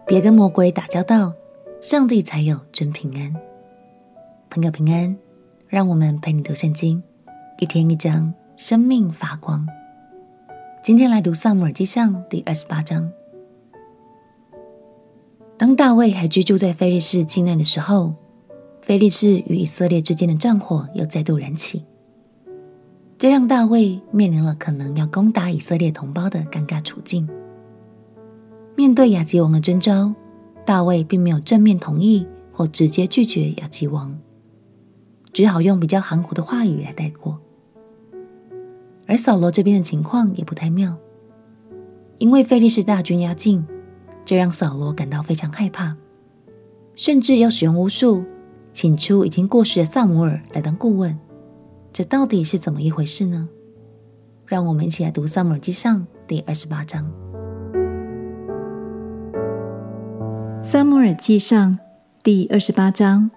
别跟魔鬼打交道，上帝才有真平安。朋友平安，让我们陪你读圣经，一天一章，生命发光。今天来读撒母耳记上第28章。当大卫还居住在非利士境内的时候，非利士与以色列之间的战火又再度燃起，这让大卫面临了可能要攻打以色列同胞的尴尬处境。面对亚基王的征召，大卫并没有正面同意或直接拒绝亚基王，只好用比较含糊的话语来带过。而扫罗这边的情况也不太妙，因为非利士大军压境，这让扫罗感到非常害怕，甚至要使用巫术，请出已经过世的撒母耳来当顾问。这到底是怎么一回事呢？让我们一起来读撒母耳记上第28章。 撒母耳记上第28章。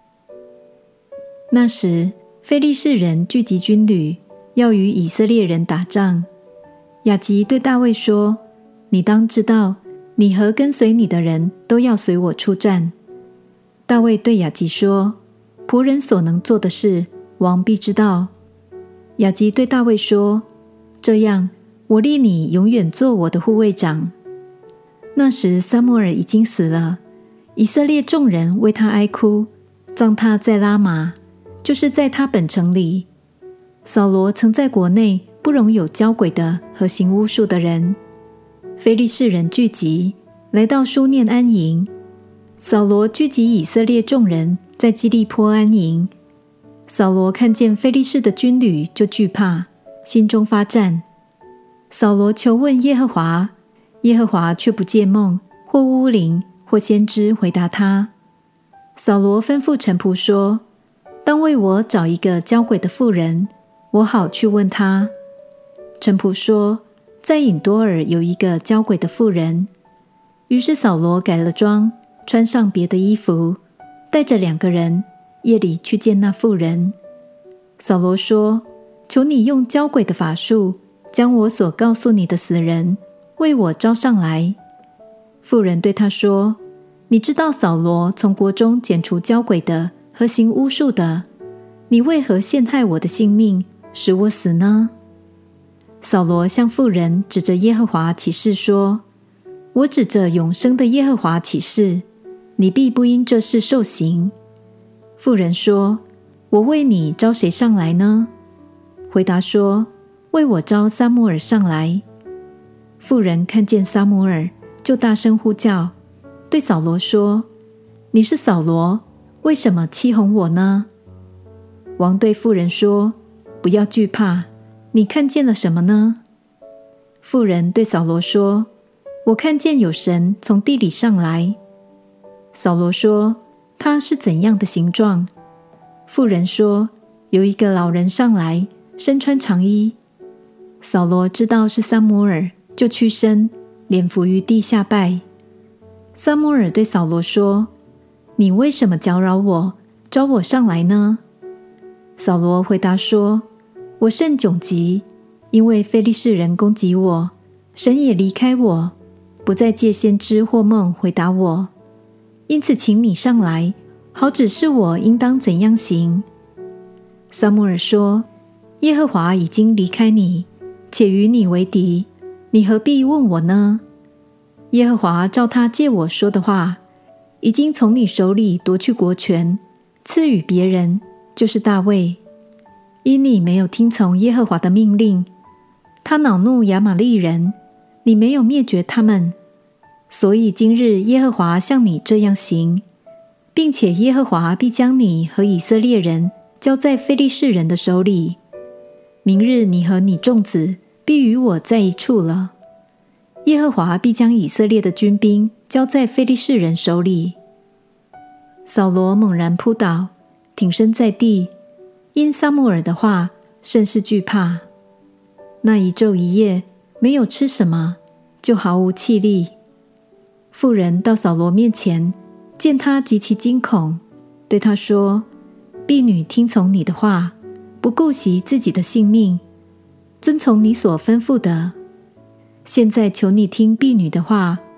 那时，非利士人聚集军旅，要与以色列人打仗。亚吉对大卫说：“你当知道，你和跟随你的人都要随我出战。”大卫对亚吉说：“仆人所能做的事，王必知道。”亚吉对大卫说：“这样，我立你永远做我的护卫长。”那时撒母耳已经死了，以色列众人为他哀哭，葬他在拉玛，就是在他本城里。扫罗曾在国内不容有交鬼的和行巫术的人。非利士人聚集，来到书念安营。扫罗聚集以色列众人在基利波安营。扫罗看见非利士的军旅就惧怕，心中发战。扫罗求问耶和华，耶和华却不借梦或巫灵或先知回答他。扫罗吩咐臣仆说：“当为我找一个交鬼的妇人，我好去问他。”臣仆说：“在隐多尔有一个交鬼的妇人。”于是扫罗改了装，穿上别的衣服，带着2个人，夜里去见那妇人。扫罗说：“求你用交鬼的法术，将我所告诉你的死人为我招上来。”妇人对他说：“你知道扫罗从国中剪除交鬼的和行巫术的，你为何陷害我的性命，使我死呢？”扫罗向妇人指着耶和华起誓说：“我指着永生的耶和华起誓，你必不因这事受刑。”妇人说：“我为你招谁上来呢？”回答说：“为我招撒母耳上来。”妇人看见撒母耳，就大声呼叫，对扫罗说：“你是扫罗，为什么欺哄我呢？”王对妇人说：“不要惧怕，你看见了什么呢？”妇人对扫罗说：“我看见有神从地里上来。”扫罗说：“他是怎样的形状？”妇人说：“有一个老人上来，身穿长衣。”扫罗知道是撒母耳，就屈身，脸伏于地下拜。撒母耳对扫罗说：“你为什么搅扰我，招我上来呢？”扫罗回答说：“我甚窘急，因为非利士人攻击我，神也离开我，不再借先知或梦回答我，因此请你上来，好指示我应当怎样行。”撒母耳说：“耶和华已经离开你，且与你为敌，你何必问我呢？耶和华照他借我说的话，已经从你手里夺去国权，赐予别人，就是大卫。因你没有听从耶和华的命令，他恼怒亚玛力人，你没有灭绝他们，所以今日耶和华向你这样行，并且耶和华必将你和以色列人交在非利士人的手里。明日你和你众子必与我在一处了。耶和华必将以色列的军兵交在非利士人手里。”扫罗猛然扑倒，挺身在地，因撒母耳的话甚是惧怕。那一昼一夜没有吃什么，就毫无气力。妇人到扫罗面前，见他极其惊恐，对他说：“婢女听从你的话，不顾惜自己的性命，遵从你所吩咐的。现在求你听婢女的话，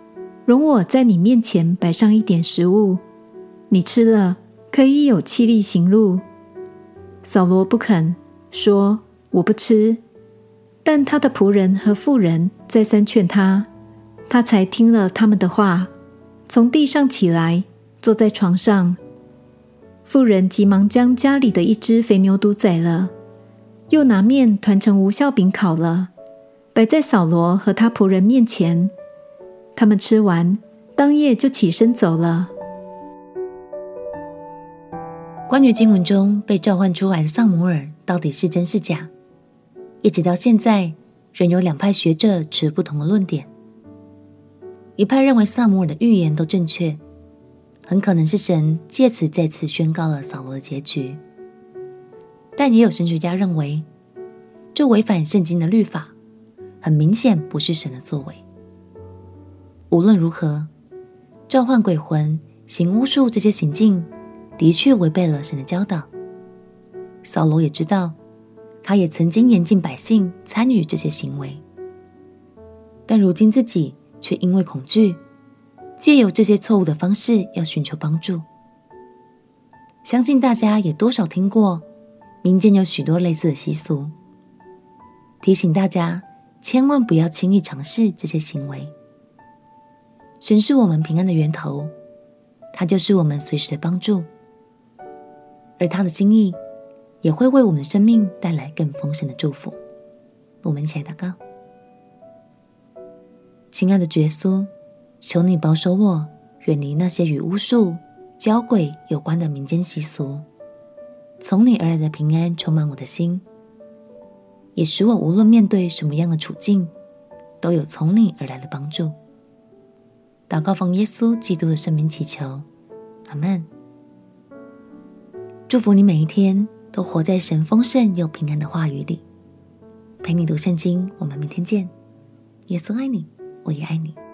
容我在你面前摆上一点食物，你吃了可以有气力行路。扫罗不肯，说我不吃。但他的仆人和妇人再三劝他，他才听了他们的话，从地上起来，坐在床上。妇人急忙将家里的一只肥牛犊宰了，又拿面团成无酵饼烤了，摆在扫罗和他仆人面前。他们吃完，当夜就起身走了。 关于经文中被召唤出来的撒母耳到底是真是假，一直到现在仍有两派学者持不同的论点。一派认为撒母耳的预言都正确，很可能是神借此再次宣告了扫罗的结局。但也有神学家认为，这违反圣经的律法，很明显不是神的作为。无论如何，召唤鬼魂、行巫术这些行径的确违背了神的教导。扫罗也知道，他也曾经严禁百姓参与这些行为，但如今自己却因为恐惧，借由这些错误的方式要寻求帮助。相信大家也多少听过，民间有许多类似的习俗，提醒大家千万不要轻易尝试这些行为。神是我们平安的源头，他就是我们随时的帮助，而他的心意也会为我们的生命带来更丰盛的祝福。我们一起来祷告。亲爱的主耶稣，求你保守我远离那些与巫术、交鬼有关的民间习俗，从你而来的平安充满我的心，也使我无论面对什么样的处境，都有从你而来的帮助。祷告奉耶稣基督的圣名祈求，阿们。祝福你每一天都活在神丰盛又平安的话语里。陪你读圣经，我们明天见。耶稣爱你，我也爱你。